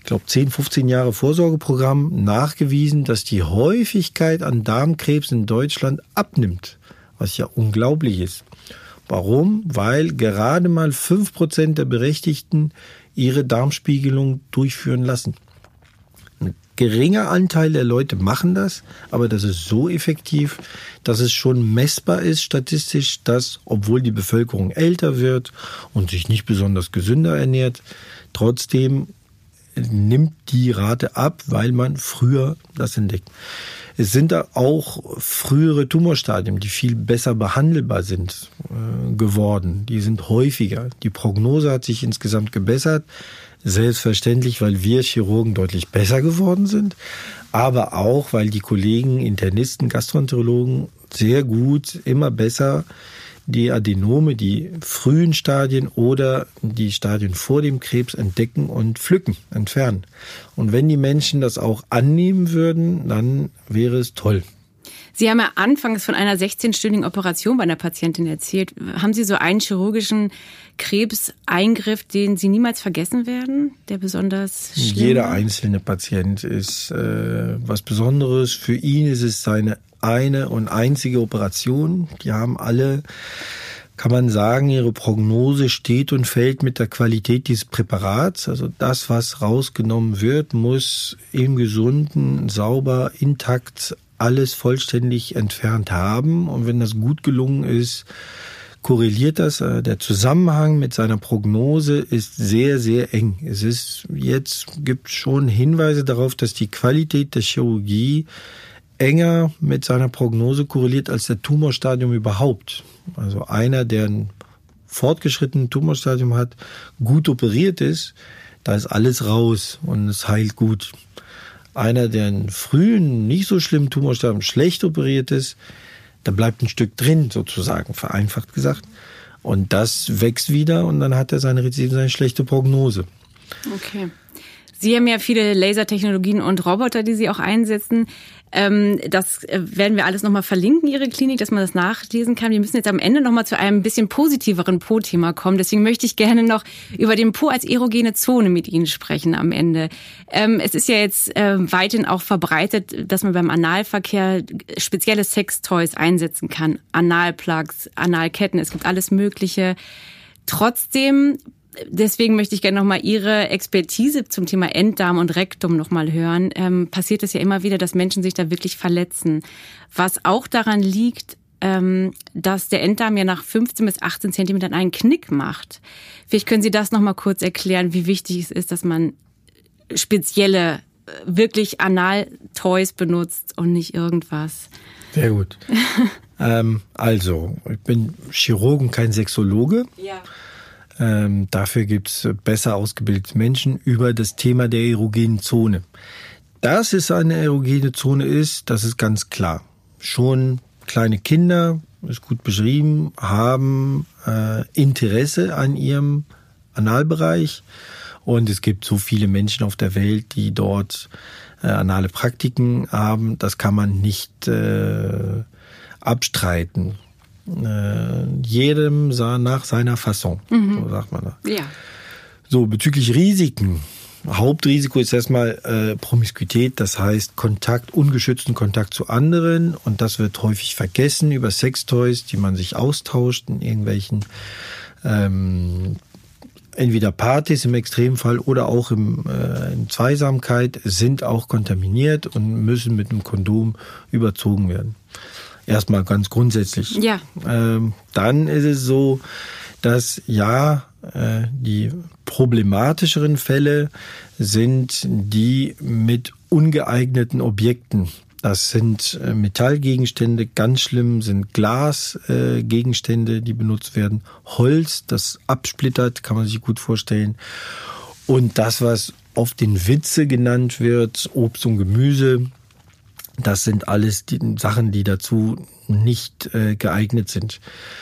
glaube 10, 15 Jahre Vorsorgeprogramm nachgewiesen, dass die Häufigkeit an Darmkrebs in Deutschland abnimmt, was ja unglaublich ist. Warum? Weil gerade mal 5% der Berechtigten ihre Darmspiegelung durchführen lassen. Ein geringer Anteil der Leute machen das, aber das ist so effektiv, dass es schon messbar ist statistisch, dass, obwohl die Bevölkerung älter wird und sich nicht besonders gesünder ernährt, trotzdem nimmt die Rate ab, weil man früher das entdeckt. Es sind da auch frühere Tumorstadien, die viel besser behandelbar sind, geworden. Die sind häufiger. Die Prognose hat sich insgesamt gebessert. Selbstverständlich, weil wir Chirurgen deutlich besser geworden sind, aber auch, weil die Kollegen, Internisten, Gastroenterologen sehr gut, immer besser die Adenome, die frühen Stadien oder die Stadien vor dem Krebs entdecken und pflücken, entfernen. Und wenn die Menschen das auch annehmen würden, dann wäre es toll. Sie haben ja anfangs von einer 16-stündigen Operation bei einer Patientin erzählt. Haben Sie so einen chirurgischen Krebseingriff, den Sie niemals vergessen werden, der besonders schlimm war? Jeder einzelne Patient ist was Besonderes. Für ihn ist es seine eine und einzige Operation. Die haben alle, kann man sagen, ihre Prognose steht und fällt mit der Qualität dieses Präparats. Also das, was rausgenommen wird, muss im Gesunden, sauber, intakt alles vollständig entfernt haben. Und wenn das gut gelungen ist, korreliert das. Der Zusammenhang mit seiner Prognose ist sehr, sehr eng. Gibt schon Hinweise darauf, dass die Qualität der Chirurgie enger mit seiner Prognose korreliert als der Tumorstadium überhaupt. Also einer, der ein fortgeschrittenes Tumorstadium hat, gut operiert ist, da ist alles raus und es heilt gut. Einer, der einen frühen, nicht so schlimmen Tumorstadium schlecht operiert ist, da bleibt ein Stück drin, sozusagen, vereinfacht gesagt. Und das wächst wieder und dann hat er seine schlechte Prognose. Okay. Sie haben ja viele Lasertechnologien und Roboter, die Sie auch einsetzen. Das werden wir alles nochmal verlinken, Ihre Klinik, dass man das nachlesen kann. Wir müssen jetzt am Ende nochmal zu einem bisschen positiveren Po-Thema kommen. Deswegen möchte ich gerne noch über den Po als erogene Zone mit Ihnen sprechen am Ende. Es ist ja jetzt weithin auch verbreitet, dass man beim Analverkehr spezielle Sextoys einsetzen kann. Analplugs, Analketten, es gibt alles Mögliche. Trotzdem, deswegen möchte ich gerne nochmal Ihre Expertise zum Thema Enddarm und Rektum nochmal hören. Passiert es ja immer wieder, dass Menschen sich da wirklich verletzen. Was auch daran liegt, dass der Enddarm ja nach 15 bis 18 Zentimetern einen Knick macht. Vielleicht können Sie das nochmal kurz erklären, wie wichtig es ist, dass man spezielle, wirklich Anal-Toys benutzt und nicht irgendwas. Sehr gut. Also, ich bin Chirurg und kein Sexologe. Ja. Dafür gibt's besser ausgebildete Menschen über das Thema der erogenen Zone. Dass es eine erogene Zone ist, das ist ganz klar. Schon kleine Kinder, ist gut beschrieben, haben Interesse an ihrem Analbereich. Und es gibt so viele Menschen auf der Welt, die dort anale Praktiken haben. Das kann man nicht abstreiten. Jedem nach seiner Fasson, so sagt man da. Ja. So, bezüglich Risiken. Hauptrisiko ist erstmal Promiskuität, das heißt ungeschützten Kontakt zu anderen. Und das wird häufig vergessen über Sextoys, die man sich austauscht in irgendwelchen entweder Partys im Extremfall oder auch in Zweisamkeit, sind auch kontaminiert und müssen mit einem Kondom überzogen werden. Erstmal ganz grundsätzlich. Ja. Dann ist es so, dass die problematischeren Fälle sind die mit ungeeigneten Objekten. Das sind Metallgegenstände, ganz schlimm sind Glasgegenstände, die benutzt werden. Holz, das absplittert, kann man sich gut vorstellen. Und das, was oft in Witze genannt wird, Obst und Gemüse, das sind alles die Sachen, die dazu nicht geeignet sind.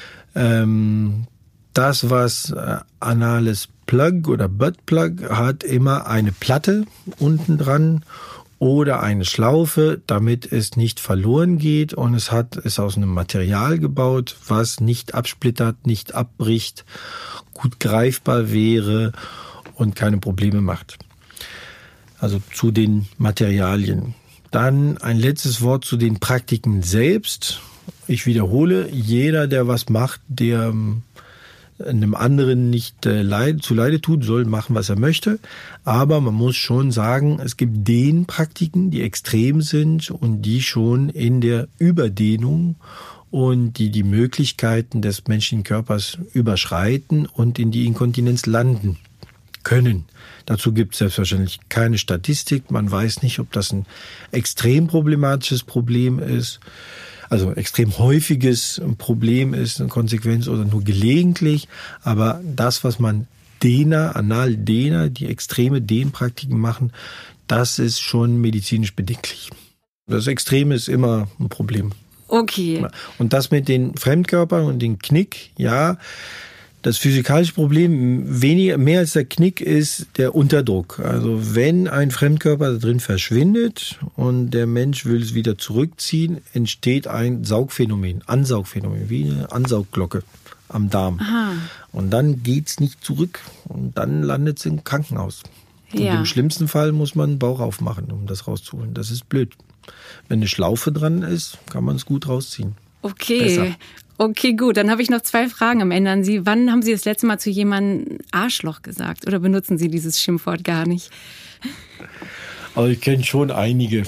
Das, was anales Plug oder Buttplug hat, immer eine Platte unten dran oder eine Schlaufe, damit es nicht verloren geht. Und es ist aus einem Material gebaut, was nicht absplittert, nicht abbricht, gut greifbar wäre und keine Probleme macht. Also zu den Materialien. Dann ein letztes Wort zu den Praktiken selbst. Ich wiederhole, jeder, der was macht, der einem anderen nicht zuleide tut, soll machen, was er möchte. Aber man muss schon sagen, es gibt Dehnpraktiken, die extrem sind und die schon in der Überdehnung und die Möglichkeiten des menschlichen Körpers überschreiten und in die Inkontinenz landen können. Dazu gibt es selbstverständlich keine Statistik. Man weiß nicht, ob das ein extrem problematisches Problem ist, also extrem häufiges Problem ist, eine Konsequenz oder nur gelegentlich. Aber das, was man Analdehner, die extreme Dehnpraktiken machen, das ist schon medizinisch bedenklich. Das Extreme ist immer ein Problem. Okay. Und das mit den Fremdkörpern und den Knick, ja, das physikalische Problem, mehr als der Knick, ist der Unterdruck. Also wenn ein Fremdkörper da drin verschwindet und der Mensch will es wieder zurückziehen, entsteht ein Ansaugphänomen, wie eine Ansaugglocke am Darm. Aha. Und dann geht's nicht zurück und dann landet es im Krankenhaus. Ja. Und im schlimmsten Fall muss man den Bauch aufmachen, um das rauszuholen. Das ist blöd. Wenn eine Schlaufe dran ist, kann man es gut rausziehen. Okay. Besser. Okay, gut. Dann habe ich noch 2 Fragen am Ende an Sie. Wann haben Sie das letzte Mal zu jemandem Arschloch gesagt? Oder benutzen Sie dieses Schimpfwort gar nicht? Also ich kenne schon einige.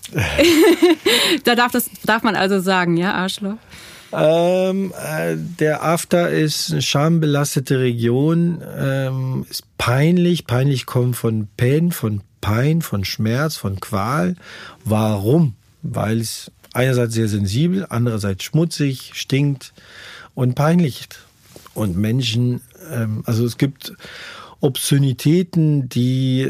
Da darf man also sagen, ja, Arschloch? Der After ist eine schambelastete Region, ist peinlich. Peinlich kommt von Pain, von Pein, von Schmerz, von Qual. Warum? Weil es einerseits sehr sensibel, andererseits schmutzig, stinkt und peinlich. Und Menschen, also es gibt Obszönitäten, die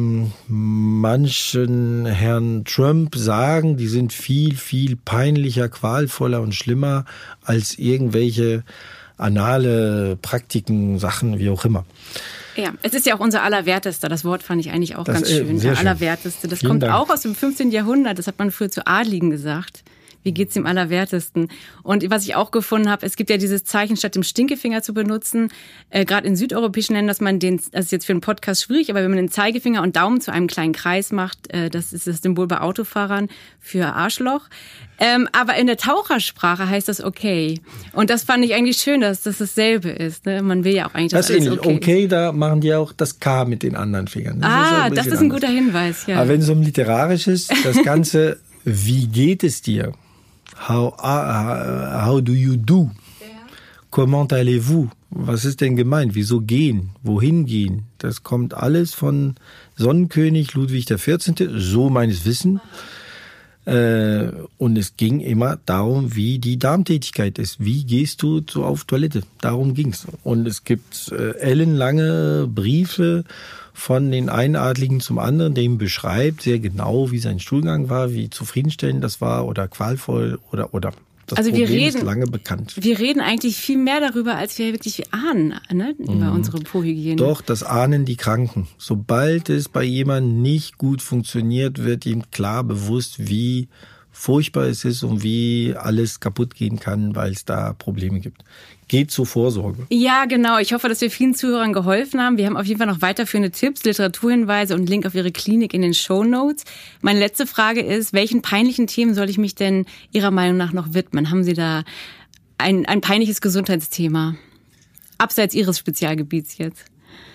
manchen Herrn Trump sagen, die sind viel, viel peinlicher, qualvoller und schlimmer als irgendwelche anale Praktiken, Sachen, wie auch immer. Ja, es ist ja auch unser Allerwertester. Das Wort fand ich eigentlich auch ganz schön. Der Allerwerteste. Das kommt auch aus dem 15. Jahrhundert. Das hat man früher zu Adligen gesagt. Wie geht's dem Allerwertesten? Und was ich auch gefunden habe, es gibt ja dieses Zeichen, statt dem Stinkefinger zu benutzen, gerade in südeuropäischen Ländern, dass man das ist jetzt für einen Podcast schwierig, aber wenn man den Zeigefinger und Daumen zu einem kleinen Kreis macht, das ist das Symbol bei Autofahrern für Arschloch. Aber in der Tauchersprache heißt das okay. Und das fand ich eigentlich schön, dass das dasselbe ist. Ne? Man will ja auch eigentlich, dass das alles okay ist. Okay, da machen die auch das K mit den anderen Fingern. Das ist ein guter Hinweis, ja. Aber wenn es um literarisch ist, das Ganze, wie geht es dir? How do you do? Comment allez-vous? Was ist denn gemeint? Wieso gehen? Wohin gehen? Das kommt alles von Sonnenkönig Ludwig XIV, so meines Wissens. Und es ging immer darum, wie die Darmtätigkeit ist. Wie gehst du auf Toilette? Darum ging's. Und es gibt ellenlange Briefe von den einen Adligen zum anderen, der ihm beschreibt sehr genau, wie sein Stuhlgang war, wie zufriedenstellend das war oder qualvoll oder das also Problem ist lange bekannt. Wir reden eigentlich viel mehr darüber, als wir wirklich ahnen, ne? Über unsere Po-Hygiene. Doch, das ahnen die Kranken. Sobald es bei jemandem nicht gut funktioniert, wird ihm klar bewusst, wie furchtbar es ist und wie alles kaputt gehen kann, weil es da Probleme gibt. Geht zur Vorsorge. Ja, genau. Ich hoffe, dass wir vielen Zuhörern geholfen haben. Wir haben auf jeden Fall noch weiterführende Tipps, Literaturhinweise und Link auf Ihre Klinik in den Shownotes. Meine letzte Frage ist, welchen peinlichen Themen soll ich mich denn Ihrer Meinung nach noch widmen? Haben Sie da ein peinliches Gesundheitsthema? Abseits Ihres Spezialgebiets jetzt.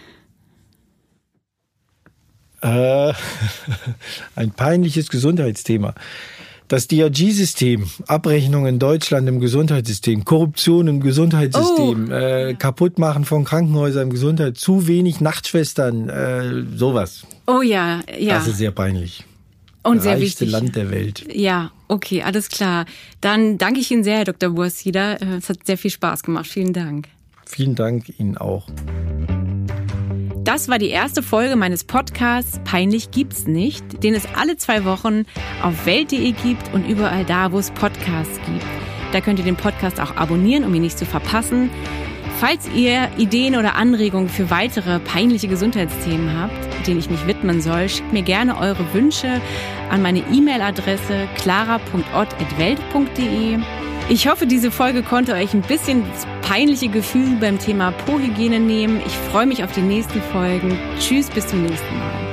Ein peinliches Gesundheitsthema. Das DRG-System, Abrechnung in Deutschland im Gesundheitssystem, Korruption im Gesundheitssystem, Kaputtmachen von Krankenhäusern im Gesundheitssystem, zu wenig Nachtschwestern, sowas. Oh ja, ja. Das ist sehr peinlich. Und sehr reichste wichtig. Land der Welt. Ja, okay, alles klar. Dann danke ich Ihnen sehr, Herr Dr. Borsida. Es hat sehr viel Spaß gemacht. Vielen Dank. Vielen Dank Ihnen auch. Das war die erste Folge meines Podcasts Peinlich gibt's nicht, den es alle 2 Wochen auf welt.de gibt und überall da, wo es Podcasts gibt. Da könnt ihr den Podcast auch abonnieren, um ihn nicht zu verpassen. Falls ihr Ideen oder Anregungen für weitere peinliche Gesundheitsthemen habt, denen ich mich widmen soll, schickt mir gerne eure Wünsche an meine E-Mail-Adresse clara.ott@welt.de. Ich hoffe, diese Folge konnte euch ein bisschen das peinliche Gefühl beim Thema Po-Hygiene nehmen. Ich freue mich auf die nächsten Folgen. Tschüss, bis zum nächsten Mal.